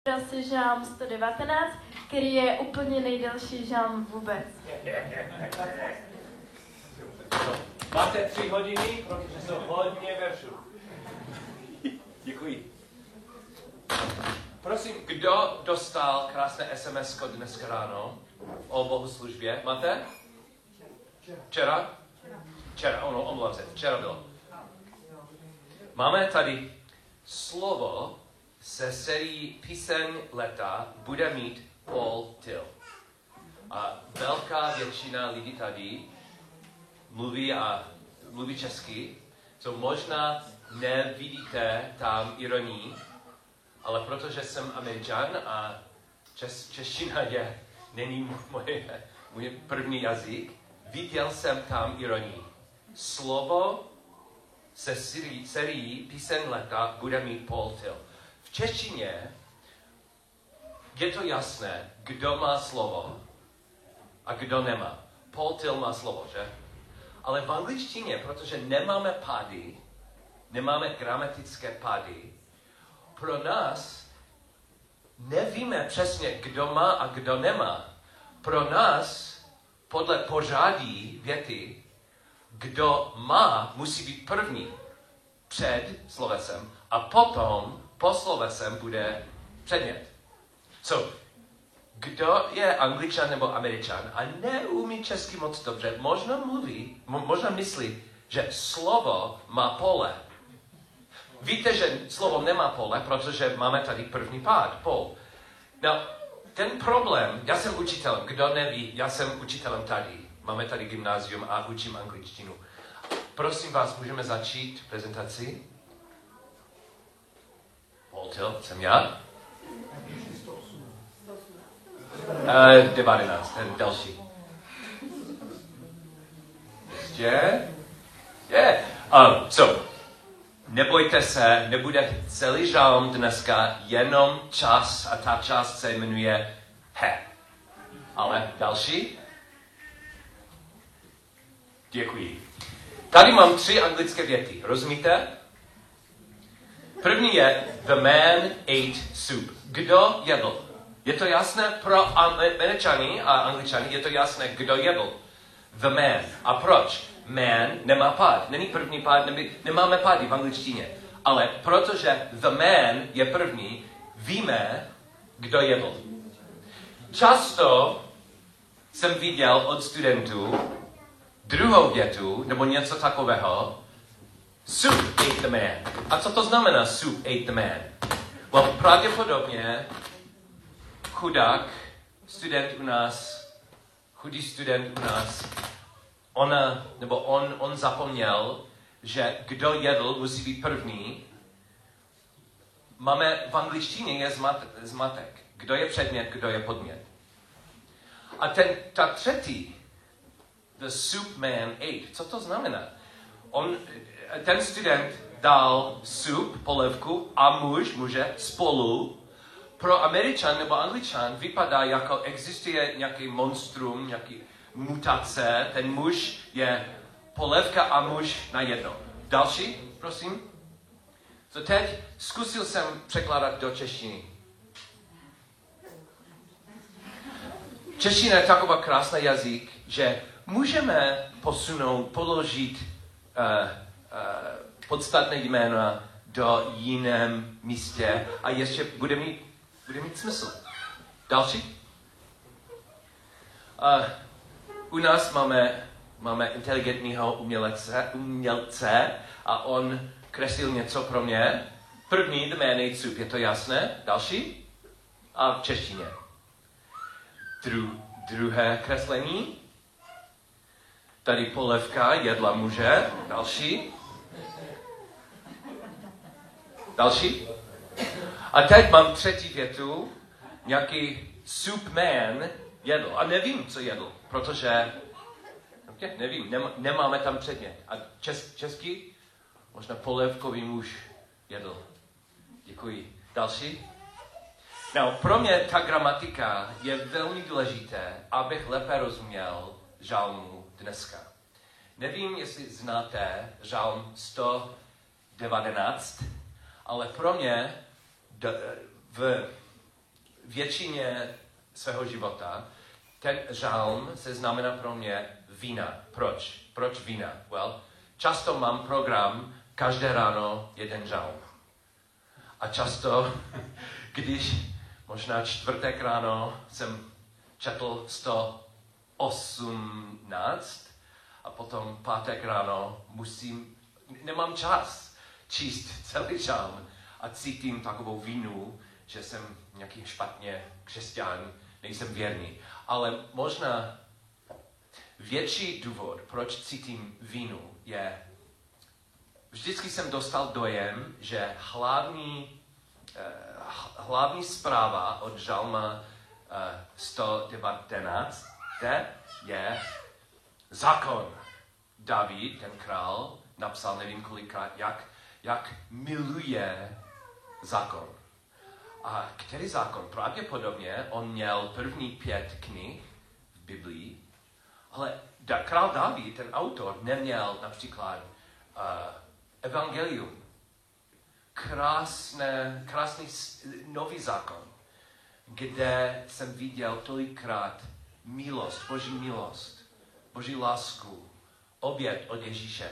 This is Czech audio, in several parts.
asi žálm 119, který je úplně nejdelší žálm vůbec. Máte 3 hodiny, protože jsou hodně veršů. Děkuji. Prosím, kdo dostal krásné SMS-ko dneska ráno o bohoslužbě? Máte? Včera? Včera, omlouvám se, včera bylo. Máme tady slovo se sérií Píseň leta bude mít Paul Till. A velká většina lidí tady mluví česky, co možná nevidíte tam ironii, ale protože jsem Američan a čeština není můj první jazyk, viděl jsem tam ironii. Slovo se sérií Píseň leta bude mít Paul Till. V češtině je to jasné, kdo má slovo a kdo nemá. Paul Till má slovo, že? Ale v angličtině, protože nemáme pády, nemáme gramatické pády, pro nás nevíme přesně, kdo má a kdo nemá. Pro nás, podle pořádí věty, kdo má, musí být první před slovesem a potom po slovesem bude předmět. So, kdo je Angličan nebo Američan a neumí česky moc dobře, možná myslí, že slovo má pole. Víte, že slovo nemá pole, protože máme tady první pád, pol. No, ten problém, já jsem učitelem, kdo neví, já jsem učitelem tady. Máme tady gymnázium a učím angličtinu. Prosím vás, můžeme začít prezentaci? Paul Till, jsem já. 19, ten další. Ještě? So, nebojte se, nebude celý žálm dneska, jenom čas a ta část se jmenuje he. Ale další? Děkuji. Tady mám 3 anglické věty, rozumíte? První je the man ate soup. Kdo jedl? Je to jasné pro Američany a Angličany, je to jasné, kdo jedl. The man. A proč? Man nemá pád. Není první pád, nemáme pády v angličtině. Ale protože the man je první, víme, kdo jedl. Často jsem viděl od studentů druhou větu, nebo něco takového, soup ate the man. A co to znamená soup ate the man? Well, pravděpodobně chudý student u nás, on zapomněl, že kdo jedl, musí být první. Máme v angličtině je zmatek. Kdo je předmět, kdo je podmět. A ta třetí, the soup man ate, co to znamená? Ten student dal soup, polévku a muže spolu. Pro Američan nebo Angličan vypadá, jako existuje nějaký monstrum, nějaký mutace. Ten muž je polévka a muž na jedno. Další, prosím. So teď zkusil jsem překládat do češtiny. Čeština je taková krásný jazyk, že můžeme položit podstatné jména do jiném místě a ještě bude mít smysl. Další? U nás máme inteligentního umělce a on kreslil něco pro mě. První, the man ate soup, je to jasné? Další? A v češtině. Druhé kreslení. Tady polévka jedla muže. Další? Další? A teď mám třetí větu. Nějaký soup man jedl. A nevím, co jedl, protože nevím, nemáme tam předmět. A česky? Možná polévkový muž jedl. Děkuji. Další? No, pro mě ta gramatika je velmi důležité, abych lépe rozuměl žálmu dneska. Nevím, jestli znáte žálm 119, ale pro mě většině svého života ten žalm se znamená pro mě vína. Proč? Proč vína? Well, často mám program každé ráno jeden žalm. A často, když možná čtvrtek ráno jsem četl 118 a potom pátek ráno nemám čas číst celý žalm a cítím takovou vinu, že jsem nějaký špatně křesťan, nejsem věrný. Ale možná větší důvod, proč cítím vinu, je, vždycky jsem dostal dojem, že hlavní zpráva od žalma 119 je zákon. David, ten král, napsal nevím kolikrát, jak miluje zákon. A který zákon? Pravděpodobně on měl první 5 knih v Biblii, ale král David, ten autor, neměl například evangelium. Krásný nový zákon, kde jsem viděl tolikrát Boží milost, Boží lásku, oběd od Ježíše.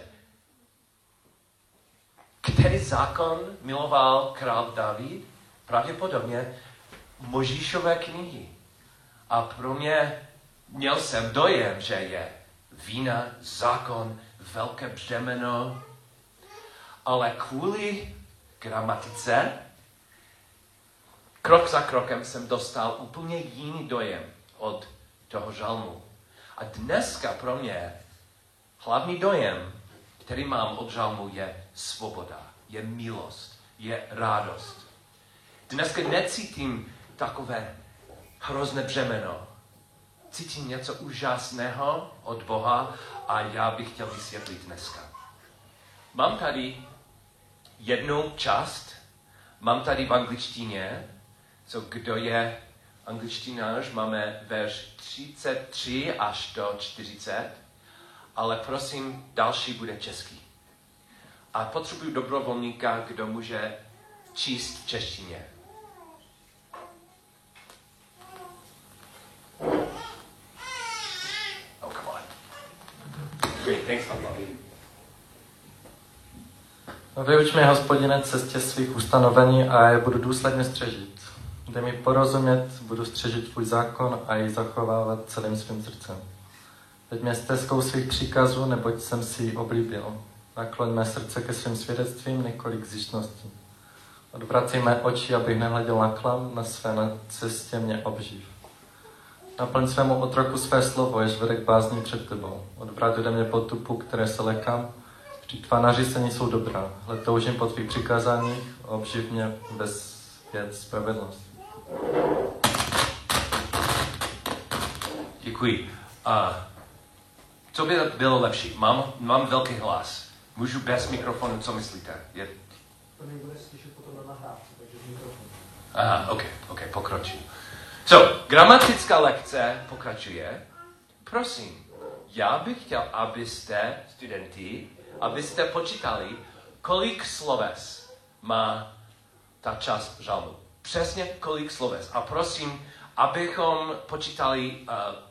Který zákon miloval král David? Pravděpodobně Mojžíšové knihy. A pro mě měl jsem dojem, že je vína, zákon, velké břemeno, ale kvůli gramatice, krok za krokem jsem dostal úplně jiný dojem od toho žalmu. A dneska pro mě hlavní dojem, který mám od žalmu, je svoboda, je milost, je radost. Dneska necítím takové hrozné břemeno. Cítím něco úžasného od Boha a já bych chtěl vysvětlit dneska. Mám tady jednu část, mám tady v angličtině, kdo je angličtinář, máme verš 33 až do 40, ale prosím, další bude český. A potřebuji dobrovolníka, kdo může číst v češtině. Oh, come on. Great, thanks a lot. Vyuč mě, Hospodine, cestě svých ustanovení a je budu důsledně střežit. Dej mi porozumět, budu střežit tvůj zákon a ji zachovávat celým svým srdcem. Veď mě stezkou svých příkazů, neboť jsem si ji oblíbil. Nakloň mé srdce ke svým svědectvím, několik zjištností. Odvracej mé oči, abych nehleděl na klam, na své cestě mě obživ. Naplň svému otroku své slovo, jež vede k bázní před tebou. Odvrať ode mě potupu, které se lekám, vždyť tvá nařízení jsou dobrá. Hle, toužím po tvých přikázáních, obživ mě bez věc spravedlnosti. Děkuji. Co by bylo lepší? Mám velký hlas. Můžu bez mikrofonu, co myslíte? To nebude slyšet potom na nahrávce, takže mikrofon. Aha, ok, pokročím. Gramatická lekce pokračuje. Prosím, já bych chtěl, abyste, studenti, abyste počítali, kolik sloves má ta část žalmu. Přesně kolik sloves. A prosím, abychom počítali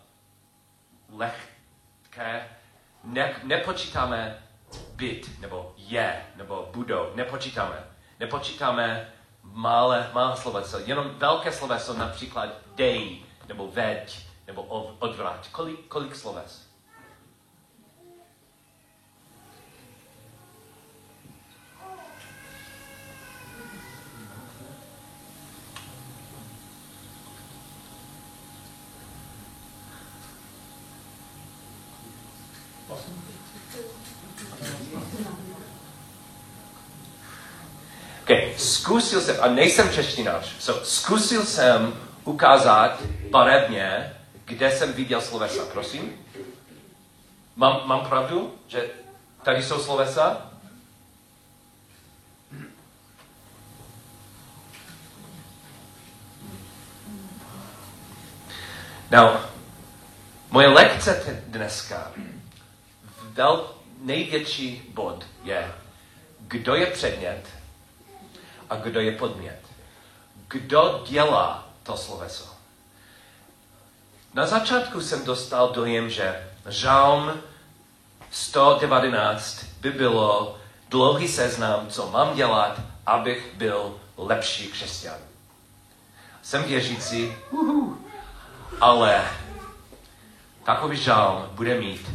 lehké, nepočítáme být, nebo je, nebo budou, nepočítáme malé sloveso. Jenom velké sloveso, například dej, nebo veď, nebo odvrať. Kolik sloves? Zkusil jsem, a nejsem češtinář, zkusil jsem ukázat barevně, kde jsem viděl slovesa, prosím. Mám pravdu, že tady jsou slovesa? Moje lekce dneska, největší bod je, kdo je předmět a kdo je podmět. Kdo dělá to sloveso. Na začátku jsem dostal dojem, že Žalm 119 by bylo dlouhý seznam, co mám dělat, abych byl lepší křesťan. Jsem věřící, ale takový žalm bude mít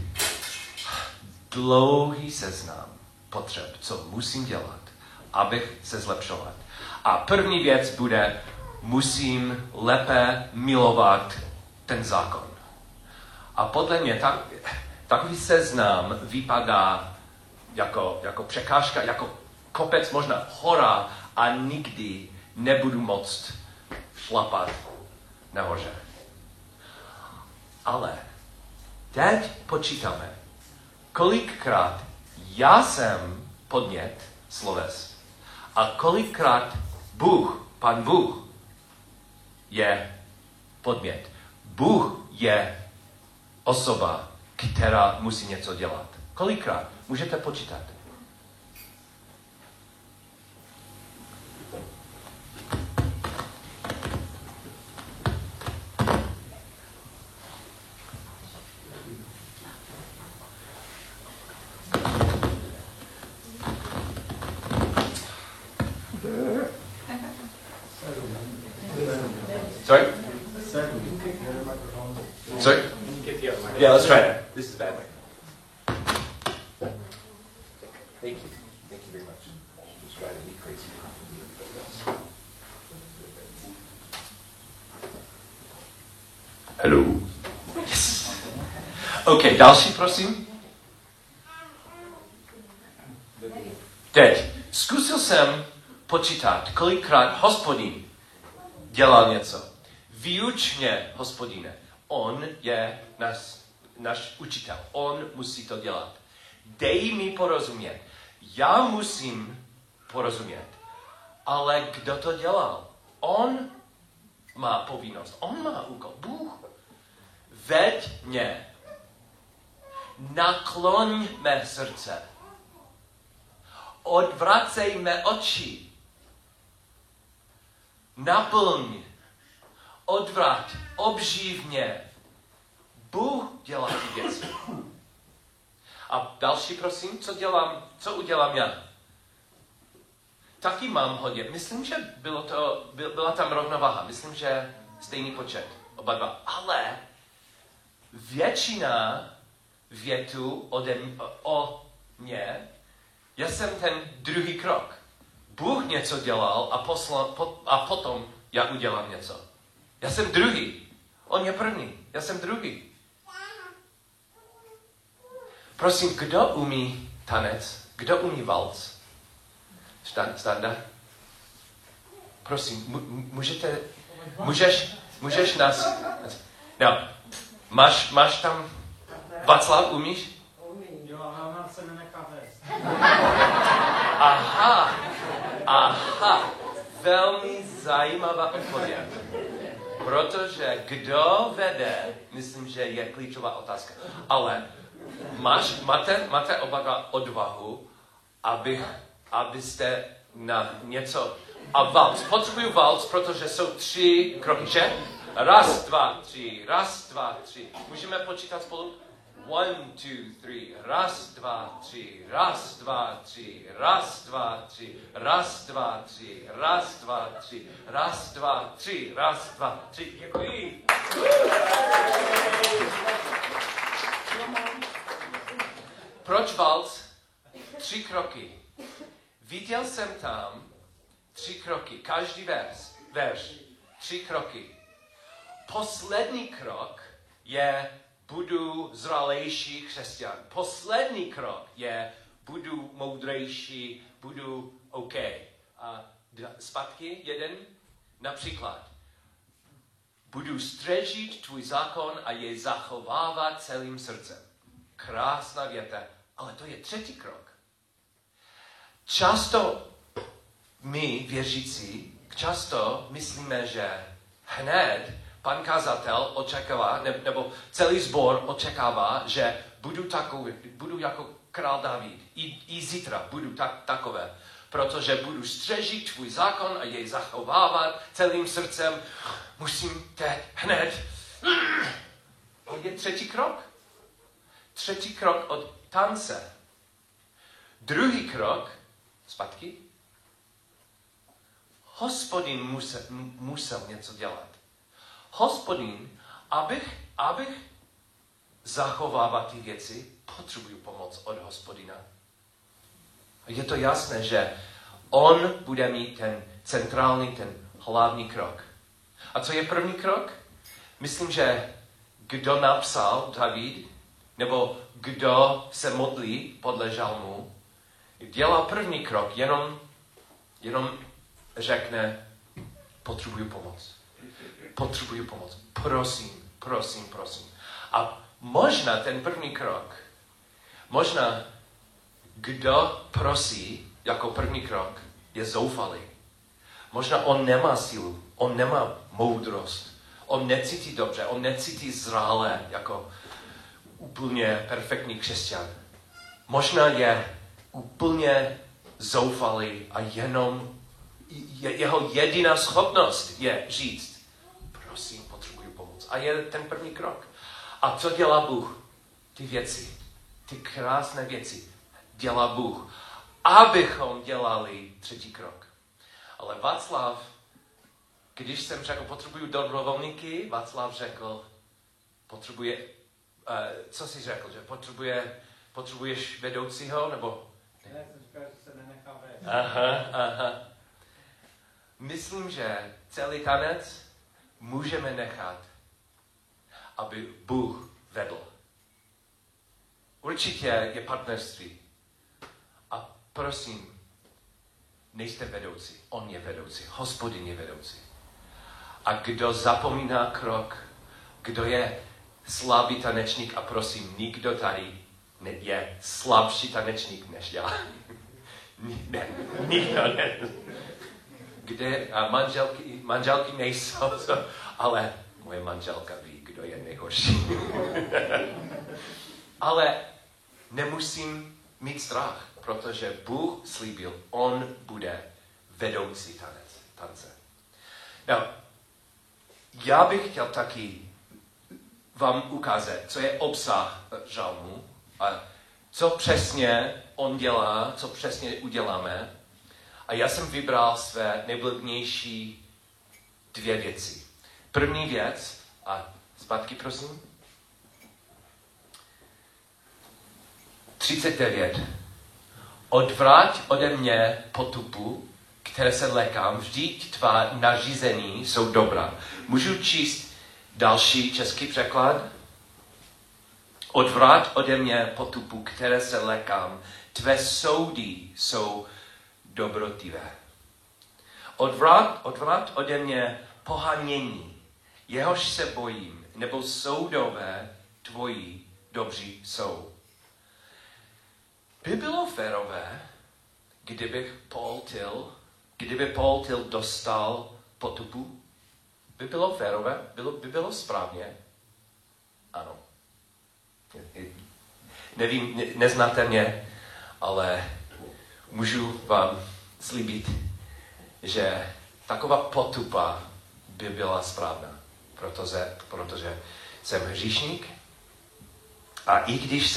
dlouhý seznam potřeb, co musím dělat, abych se zlepšoval. A první věc bude, musím lépe milovat ten zákon. A podle mě takový seznam vypadá jako překážka, jako kopec, možná hora a nikdy nebudu moct šlapat nahoře. Ale teď počítáme, kolikrát já jsem podnět sloves a kolikrát Pan Bůh je podnět. Bůh je osoba, která musí něco dělat. Kolikrát? Můžete počítat. Sorry? Sorry? Yeah, let's try that. This is bad. Thank you. Thank you very much. Just driving me crazy. Hello. Yes. OK, další, prosím. Teď. Zkusil jsem počítat, kolikrát Hospodin dělal něco. Vyuč mě, Hospodine. On je náš učitel. On musí to dělat. Dej mi porozumět. Já musím porozumět. Ale kdo to dělal? On má povinnost. On má úkol. Bůh. Veď mě. Nakloň mé srdce. Odvracej mé oči. Naplň. Odvrať. Obživ mě. Bůh dělá ty věci. A další, prosím, co udělám já? Taky mám hodně. Myslím, že byla tam rovnováha. Myslím, že stejný počet. Oba dva. Ale většina větu o mě, já jsem ten druhý krok. Bůh něco dělal a potom já udělám něco. Já jsem druhý. On je první. Já jsem druhý. Prosím, kdo umí tanec? Kdo umí valc? Standa? Prosím, můžeš nás... No, máš tam... Václav, umíš? Jo, ale nám se nenechá vést. Aha. Velmi zajímavá odpověď. Protože kdo vede, myslím, že je klíčová otázka. Ale máte oba dva odvahu, abyste na něco... A valc. Potřebuju valc, protože jsou 3 kroky, že? 1, 2, 3. 1, 2, 3. Můžeme počítat spolu? 1, 2, 3. 1, 2, 3. 1, 2, 3. 1, 2, 3. 1, 2, 3. 1, 2, 3. 1, 2, 3. 1, 2, 3. Děkuji. Proč valc? 3 kroky. Viděl jsem tam 3 kroky. Každý verš. 3 kroky. Poslední krok je budu zralejší křesťan. Poslední krok je budu moudrejší, budu OK. A zpátky jeden. Například. Budu střežit tvůj zákon a jej zachovávat celým srdcem. Krásná věta. Ale to je 3. krok. Často my, věřící, myslíme, že hned pan kazatel očekává, nebo celý sbor očekává, že budu jako král David. I zítra budu takové. protože budu střežit tvůj zákon a jej zachovávat celým srdcem. Musím teď hned. To je třetí krok. Třetí krok od tance. Druhý krok, zpátky. Hospodin musel něco dělat. Hospodin, abych zachovával ty věci, potřebuju pomoc od Hospodina. Je to jasné, že on bude mít ten centrální, ten hlavní krok. A co je první krok? Myslím, že kdo napsal David, nebo kdo se modlí podle žalmu, dělá první krok, jenom řekne, potřebuju pomoc. Potřebuju pomoc. Prosím, prosím, prosím. A možná ten první krok, možná kdo prosí jako první krok, je zoufalý. Možná on nemá sílu, on nemá moudrost, on necítí dobře, on necítí zrále jako úplně perfektní křesťan. Možná je úplně zoufalý a jenom jeho jediná schopnost je říct, prosím, potřebuju pomoc. A je ten první krok. A co dělá Bůh? Ty věci, ty krásné věci dělá Bůh, abychom dělali třetí krok. Ale Václav, když jsem řekl, potřebuju dobrovolníky, Václav řekl, co jsi řekl, že potřebuješ vedoucího, nebo? Ne, jsem říkal, že se nenechám vést. Aha. Myslím, že celý tanec můžeme nechat, aby Bůh vedl. Určitě je partnerství. A prosím, nejste vedoucí. On je vedoucí. Hospodin je vedoucí. A kdo zapomíná krok, kdo je slabý tanečník, a prosím, nikdo tady je slabší tanečník než já. Nikdo ne. Kde manželky nejsou, ale moje manželka ví, kdo je nejhorší. Ale nemusím mít strach, protože Bůh slíbil, on bude vedoucí tance. No, já bych chtěl taky vám ukázat, co je obsah žalmu a co přesně on dělá, co přesně uděláme. A já jsem vybral své nejblbnější dvě věci. První věc, a zpátky prosím. 39. Odvrať ode mě potupu, které se lekám, vždyť tvá nařízení jsou dobrá. Můžu číst další český překlad? Odvrať ode mě potupu, které se lekám, tvé soudy jsou dobrotivé. Odvrať ode mě pohanění, jehož se bojím, nebo soudové tvoji dobří jsou. By bylo férové, kdyby Paul Till dostal potupu? By bylo férové? By bylo správně? Ano. Nevím, neznáte mě, ale můžu vám slíbit, že taková potupa by byla správná, protože jsem hříšník a i když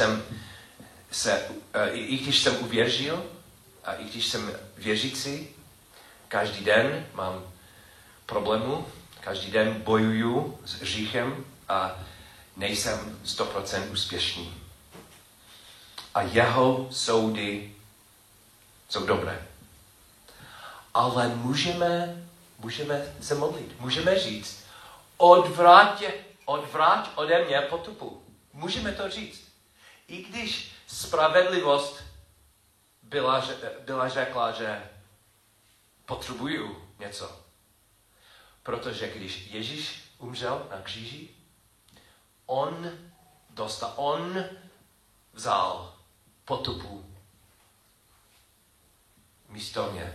jsem uvěřil a i když jsem věřící, každý den mám problému, každý den bojuju s hříchem a nejsem 100% úspěšný. A jeho soudy jsou dobré. Ale můžeme se modlit. Můžeme říct, odvrať ode mě potupu. Můžeme to říct. I když spravedlivost byla řekla, že potřebuju něco. Protože když Ježíš umřel na kříži, on vzal potupu místo mě.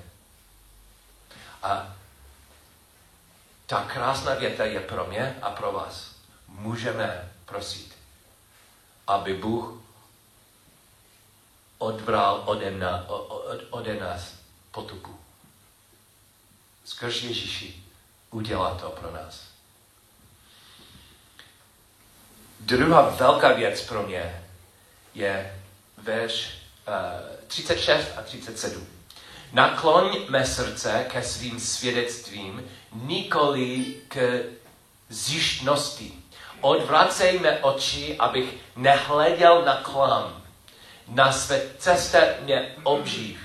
A ta krásná věta je pro mě a pro vás. Můžeme prosit, aby Bůh odbral ode nás potupu. Skrz Ježíši udělá to pro nás. Druhá velká věc pro mě je verš 36 a 37. Nakloň mé srdce ke svým svědectvím, nikoli k zjištnosti. Odvracej mé oči, abych nehleděl na klam. Na své cestě mě obživ.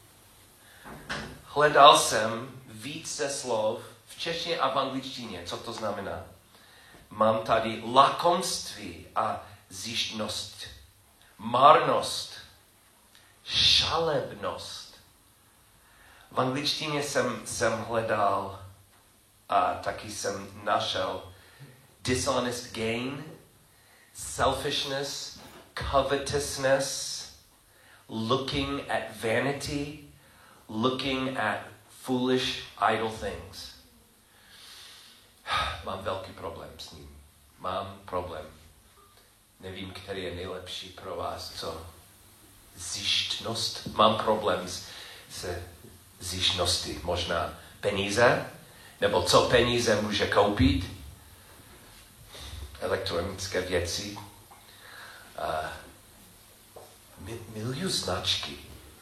Hledal jsem více slov v češtině a v angličtině. Co to znamená? Mám tady lakomství a zjištnost, marnost, šalebnost. V angličtině jsem hledal a taky jsem našel dishonest gain, selfishness, covetousness, looking at vanity, looking at foolish, idle things. Mám velký problém s ním. Mám problém. Nevím, který je nejlepší pro vás, co? Zjištnost. Mám problém se zjištností. Možná peníze, nebo co peníze může koupit. Elektronické věci. Miluju značky.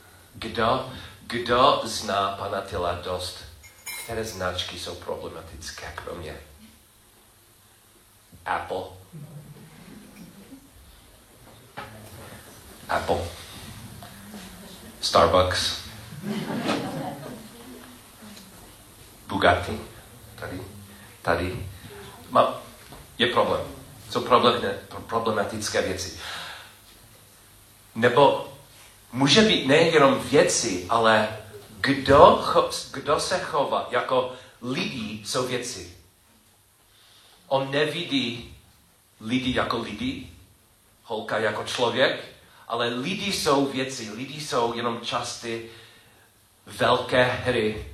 Kdo zná pana Tyla dost? Které značky jsou problematické pro mě? Apple. Starbucks. Bugatti. Tady. Je problém. Jsou problematické věci. Nebo může být nejenom věci, ale kdo se chová jako lidi jsou věci. On nevidí lidi jako lidi, holka jako člověk, ale lidi jsou věci, lidi jsou jenom části velké hry,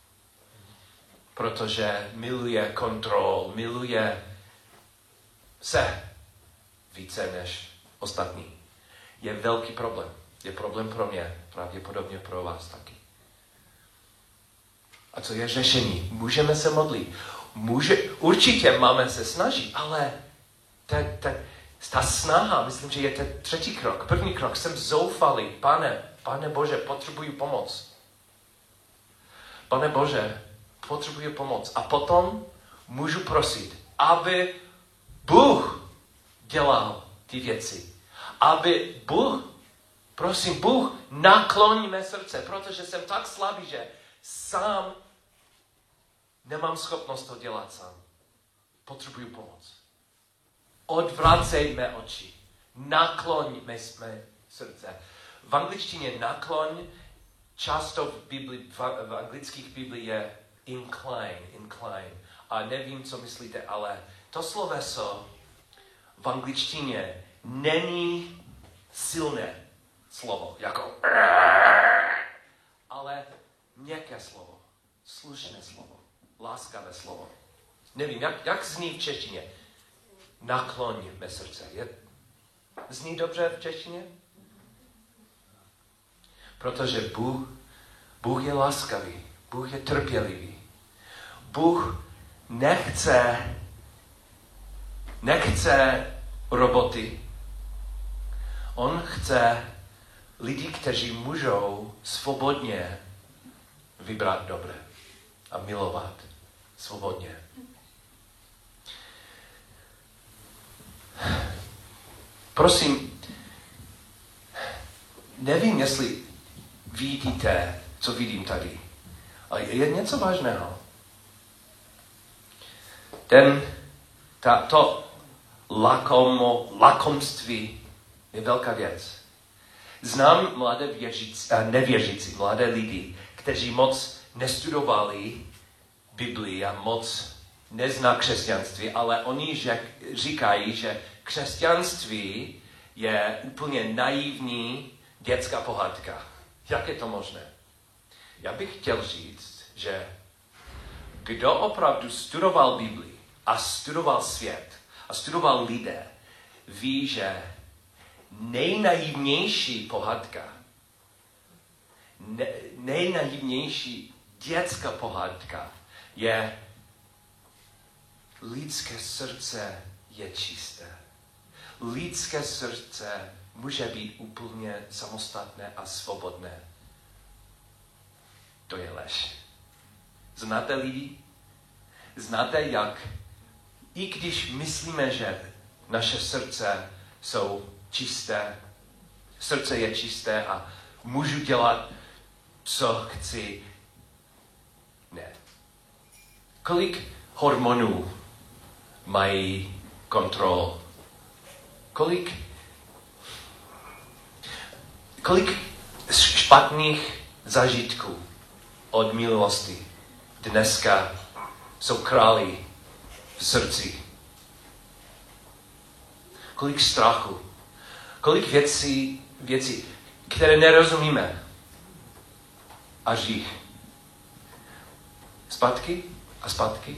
protože miluje kontrol, miluje se více než ostatní. Je velký problém. Je problém pro mě, pravděpodobně pro vás taky. A co je řešení? Můžeme se modlit. Určitě máme se snažit, ale ta snaha, myslím, že je ten třetí krok. První krok, jsem zoufalý. Pane Bože, potřebuji pomoc. Pane Bože, potřebuji pomoc. A potom můžu prosit, aby Bůh dělal ty věci. Aby Bůh, nakloň mé srdce, protože jsem tak slabý, že sám nemám schopnost to dělat sám. Potřebuji pomoc. Odvracej mé oči. Nakloň mé srdce. V angličtině nakloň často v anglických Biblii je incline. A nevím, co myslíte, ale to sloveso v angličtině není silné slovo, jako ale měkké slovo, slušné slovo, láskavé slovo. Nevím, jak zní v češtině? Nakloň mé srdce. Zní dobře v češtině? Protože Bůh je láskavý, Bůh je trpělivý. Bůh nechce roboty. On chce lidi, kteří můžou svobodně vybrat dobré a milovat svobodně. Prosím, nevím, jestli vidíte, co vidím tady, ale je něco vážného. To lakomství je velká věc. Znám nevěřící, mladé lidi, kteří moc nestudovali Biblii a moc nezná křesťanství, ale oni říkají, že křesťanství je úplně naivní dětská pohádka. Jak je to možné? Já bych chtěl říct, že kdo opravdu studoval Biblii a studoval svět a studoval lidé, ví, že nejnaivnější pohádka nejnaivnější dětská pohádka je lidské srdce je čisté. Lidské srdce může být úplně samostatné a svobodné. To je lež. Znáte lidi? Znáte jak? I když myslíme, že naše srdce jsou čisté, srdce je čisté a můžu dělat, co chci. Ne. Kolik hormonů mají kontrol? Kolik špatných zážitků od milosti dneska jsou králi v srdci? Kolik strachu? Kolik věcí, které nerozumíme a žích? Zpátky a zpátky.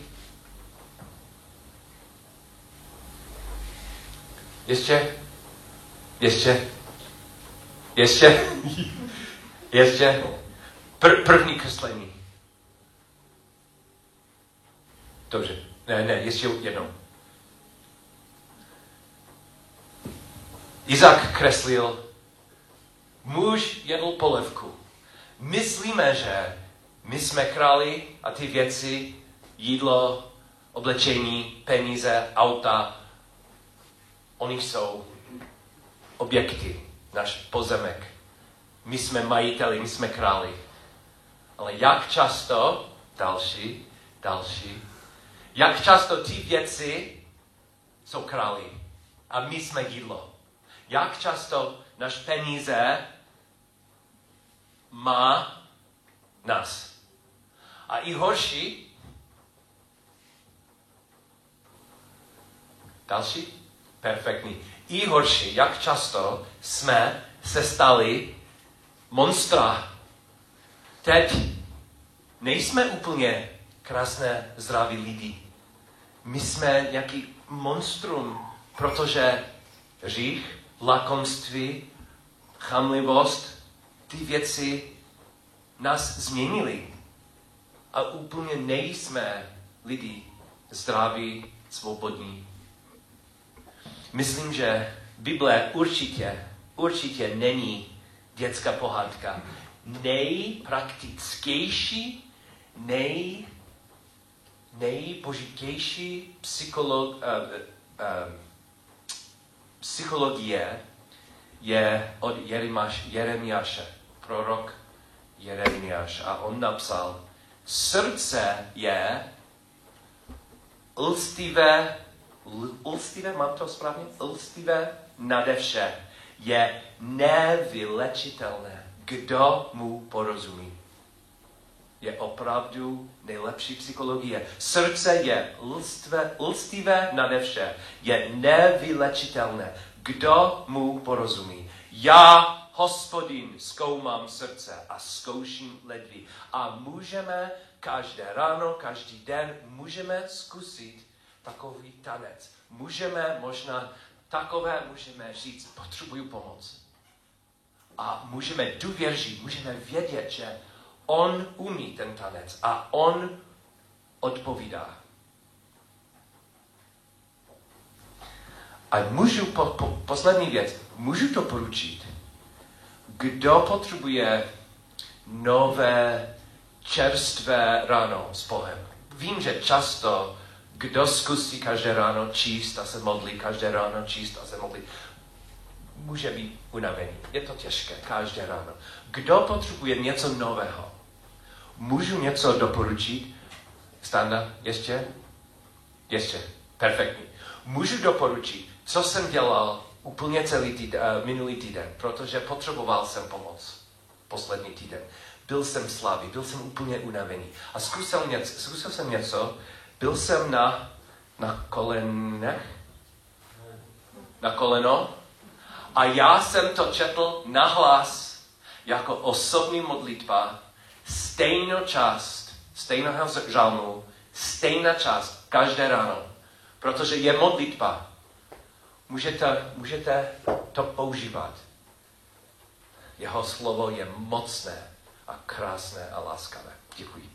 Ještě. První kreslení. Dobře. Ne, ještě jednou. Izák kreslil, muž jedl polévku. Myslíme, že my jsme králi a ty věci, jídlo, oblečení, peníze, auta, oni jsou objekty, náš pozemek. My jsme majiteli, my jsme králi. Ale jak často, další, jak často ty věci jsou králi a my jsme jídlo. Jak často náš peníze má nás. A i horší, další, perfektní. I horší, jak často jsme se stali monstra. Teď nejsme úplně krásné, zdraví lidi. My jsme nějaký monstrum, protože hřích, lakomství, chamlivost, ty věci nás změnily. A úplně nejsme lidi zdraví, svobodní. Myslím, že Bible určitě není dětská pohádka. Nejpraktičtější, nejpožitější psychologie je od Jeremiáše, prorok Jeremiáš. A on napsal, srdce je lstivé, mám to správně? Lstivé nade vše. Je nevylečitelné. Kdo mu porozumí? Je opravdu nejlepší psychologie. Srdce je lstivé nade vše. Je nevylečitelné. Kdo mu porozumí? Já, Hospodin, zkoumám srdce a zkouším ledví. A můžeme každé ráno, každý den, můžeme zkusit takový tanec. Můžeme říct, potřebuju pomoc. A můžeme důvěřit, můžeme vědět, že on umí ten tanec a on odpovídá. A poslední věc, můžu to poručit. Kdo potřebuje nové, čerstvé ráno s Bohem? Vím, že často, kdo zkusí každé ráno číst a se modlí, každé ráno číst a se modlí, může být unavený. Je to těžké, každé ráno. Kdo potřebuje něco nového? Můžu něco doporučit? Standa, ještě? Perfektní. Můžu doporučit, co jsem dělal úplně minulý týden, protože potřeboval jsem pomoc poslední týden. Byl jsem slabý, byl jsem úplně unavený. A zkusil jsem něco, byl jsem na koleno a já jsem to četl nahlas jako osobní modlitba, stejnou část, stejného žalmu, stejná část každé ráno, protože je modlitba. Můžete to používat. Jeho slovo je mocné. a krásné a láskavé. Děkuji.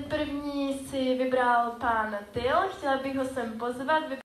první si vybral pán Tyl, chtěla bych ho sem pozvat.